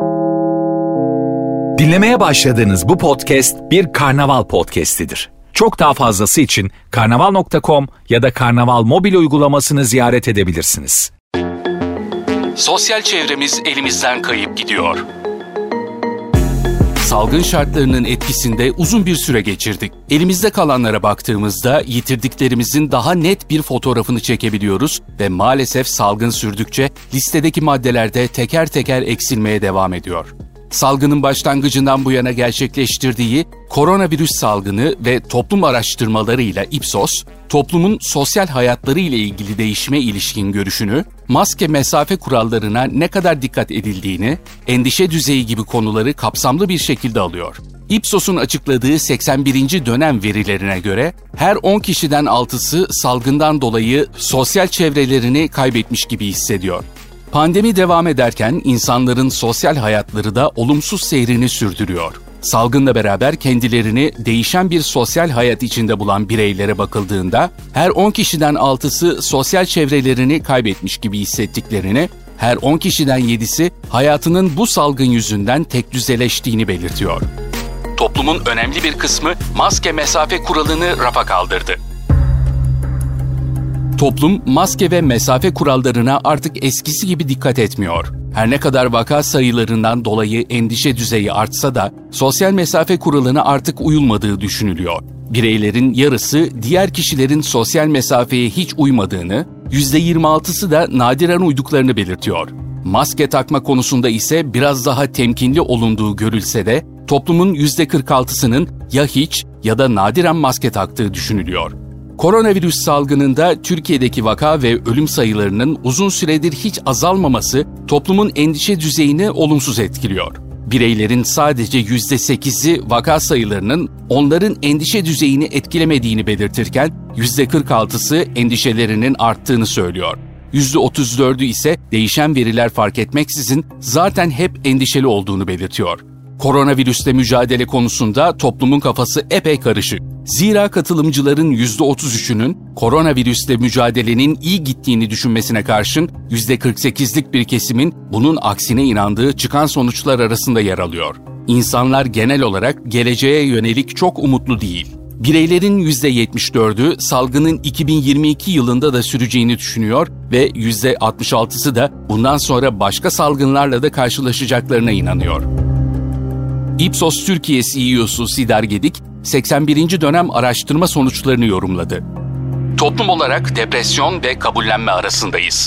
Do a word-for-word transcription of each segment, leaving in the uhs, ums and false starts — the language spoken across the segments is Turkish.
Dinlemeye başladığınız bu podcast bir karnaval podcastidir. Çok daha fazlası için karnaval nokta com ya da karnaval mobil uygulamasını ziyaret edebilirsiniz. Sosyal çevremiz elimizden kayıp gidiyor. Salgın şartlarının etkisinde uzun bir süre geçirdik. Elimizde kalanlara baktığımızda yitirdiklerimizin daha net bir fotoğrafını çekebiliyoruz ve maalesef salgın sürdükçe listedeki maddeler de teker teker eksilmeye devam ediyor. Salgının başlangıcından bu yana gerçekleştirdiği koronavirüs salgını ve toplum araştırmalarıyla Ipsos, toplumun sosyal hayatları ile ilgili değişime ilişkin görüşünü, maske mesafe kurallarına ne kadar dikkat edildiğini, endişe düzeyi gibi konuları kapsamlı bir şekilde alıyor. Ipsos'un açıkladığı seksen birinci dönem verilerine göre her on kişiden altısı salgından dolayı sosyal çevrelerini kaybetmiş gibi hissediyor. Pandemi devam ederken insanların sosyal hayatları da olumsuz seyrini sürdürüyor. Salgınla beraber kendilerini değişen bir sosyal hayat içinde bulan bireylere bakıldığında her on kişiden altısı sosyal çevrelerini kaybetmiş gibi hissettiklerini, her on kişiden yedisi hayatının bu salgın yüzünden tekdüzeleştiğini belirtiyor. Toplumun önemli bir kısmı maske mesafe kuralını rafa kaldırdı. Toplum maske ve mesafe kurallarına artık eskisi gibi dikkat etmiyor. Her ne kadar vaka sayılarından dolayı endişe düzeyi artsa da sosyal mesafe kuralına artık uyulmadığı düşünülüyor. Bireylerin yarısı diğer kişilerin sosyal mesafeye hiç uymadığını, yüzde yirmi altısı da nadiren uyduklarını belirtiyor. Maske takma konusunda ise biraz daha temkinli olunduğu görülse de toplumun yüzde kırk altısının ya hiç ya da nadiren maske taktığı düşünülüyor. Koronavirüs salgınında Türkiye'deki vaka ve ölüm sayılarının uzun süredir hiç azalmaması toplumun endişe düzeyini olumsuz etkiliyor. Bireylerin sadece yüzde sekizi vaka sayılarının onların endişe düzeyini etkilemediğini belirtirken yüzde kırk altısı endişelerinin arttığını söylüyor. yüzde otuz dördü ise değişen veriler fark etmeksizin zaten hep endişeli olduğunu belirtiyor. Koronavirüsle mücadele konusunda toplumun kafası epey karışık. Zira katılımcıların yüzde otuz üçünün koronavirüsle mücadelenin iyi gittiğini düşünmesine karşın yüzde kırk sekizlik bir kesimin bunun aksine inandığı çıkan sonuçlar arasında yer alıyor. İnsanlar genel olarak geleceğe yönelik çok umutlu değil. Bireylerin yüzde yetmiş dördü salgının iki bin yirmi iki yılında da süreceğini düşünüyor ve yüzde altmış altısı da bundan sonra başka salgınlarla da karşılaşacaklarına inanıyor. Ipsos Türkiye C E O'su Sidar Gedik, seksen birinci dönem araştırma sonuçlarını yorumladı. Toplum olarak depresyon ve kabullenme arasındayız.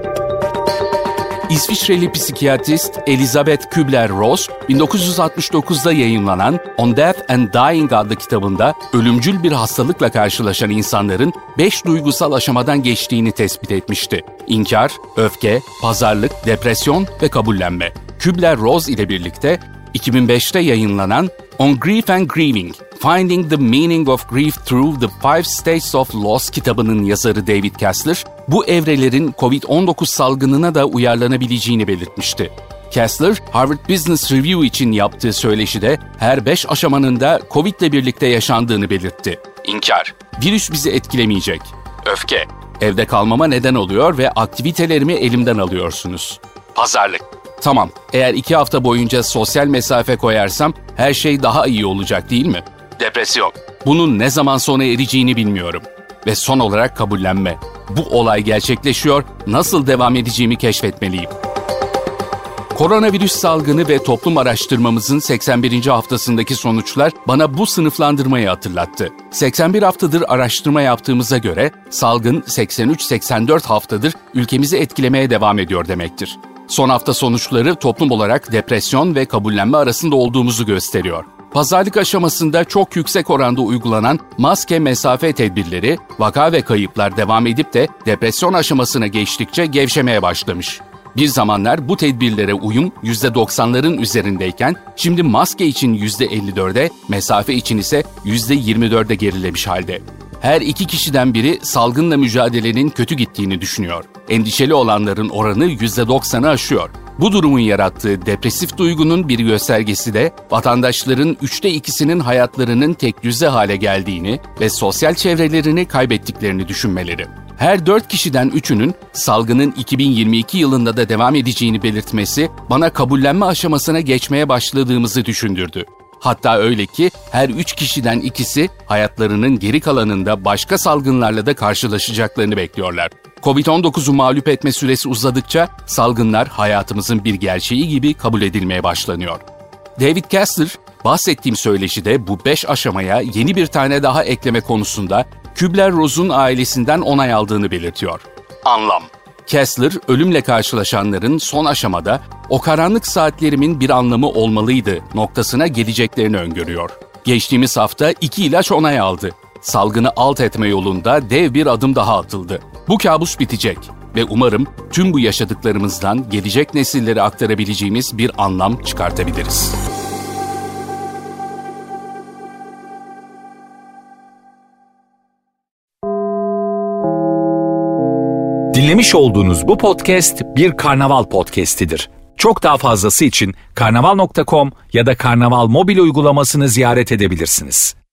İsviçreli psikiyatrist Elisabeth Kübler-Ross, bin dokuz yüz altmış dokuzda yayımlanan On Death and Dying adlı kitabında ölümcül bir hastalıkla karşılaşan insanların beş duygusal aşamadan geçtiğini tespit etmişti. İnkar, öfke, pazarlık, depresyon ve kabullenme. Kübler-Ross ile birlikte iki bin beşte yayınlanan On Grief and Grieving, Finding the Meaning of Grief Through the Five Stages of Loss kitabının yazarı David Kessler, bu evrelerin kovid on dokuz salgınına da uyarlanabileceğini belirtmişti. Kessler, Harvard Business Review için yaptığı söyleşide her beş aşamanın da Covid ile birlikte yaşandığını belirtti. İnkar, virüs bizi etkilemeyecek. Öfke, evde kalmama neden oluyor ve aktivitelerimi elimden alıyorsunuz. Pazarlık, tamam, eğer iki hafta boyunca sosyal mesafe koyarsam her şey daha iyi olacak değil mi? Depresyon, bunun ne zaman sona ereceğini bilmiyorum. Ve son olarak kabullenme. Bu olay gerçekleşiyor, nasıl devam edeceğimi keşfetmeliyim. Koronavirüs salgını ve toplum araştırmamızın seksen birinci haftasındaki sonuçlar bana bu sınıflandırmayı hatırlattı. seksen bir haftadır araştırma yaptığımıza göre salgın seksen üç seksen dört haftadır ülkemizi etkilemeye devam ediyor demektir. Son hafta sonuçları toplum olarak depresyon ve kabullenme arasında olduğumuzu gösteriyor. Pazarlık aşamasında çok yüksek oranda uygulanan maske mesafe tedbirleri, vaka ve kayıplar devam edip de depresyon aşamasına geçtikçe gevşemeye başlamış. Bir zamanlar bu tedbirlere uyum yüzde doksanların üzerindeyken şimdi maske için yüzde elli dörde, mesafe için ise yüzde yirmi dörde gerilemiş halde. Her iki kişiden biri salgınla mücadelenin kötü gittiğini düşünüyor. Endişeli olanların oranı yüzde doksanı aşıyor. Bu durumun yarattığı depresif duygunun bir göstergesi de vatandaşların üçte ikisinin hayatlarının tekdüze hale geldiğini ve sosyal çevrelerini kaybettiklerini düşünmeleri. Her dört kişiden üçünün salgının iki bin yirmi iki yılında da devam edeceğini belirtmesi bana kabullenme aşamasına geçmeye başladığımızı düşündürdü. Hatta öyle ki her üç kişiden ikisi hayatlarının geri kalanında başka salgınlarla da karşılaşacaklarını bekliyorlar. kovid on dokuzu mağlup etme süresi uzadıkça salgınlar hayatımızın bir gerçeği gibi kabul edilmeye başlanıyor. David Kessler, bahsettiğim söyleşide bu beş aşamaya yeni bir tane daha ekleme konusunda Kübler-Ross'un ailesinden onay aldığını belirtiyor. Anlam. Kessler, ölümle karşılaşanların son aşamada "o karanlık saatlerimin bir anlamı olmalıydı" noktasına geleceklerini öngörüyor. Geçtiğimiz hafta iki ilaç onay aldı. Salgını alt etme yolunda dev bir adım daha atıldı. Bu kabus bitecek ve umarım tüm bu yaşadıklarımızdan gelecek nesillere aktarabileceğimiz bir anlam çıkartabiliriz. Dinlemiş olduğunuz bu podcast bir Karnaval podcastidir. Çok daha fazlası için karnaval nokta com ya da Karnaval mobil uygulamasını ziyaret edebilirsiniz.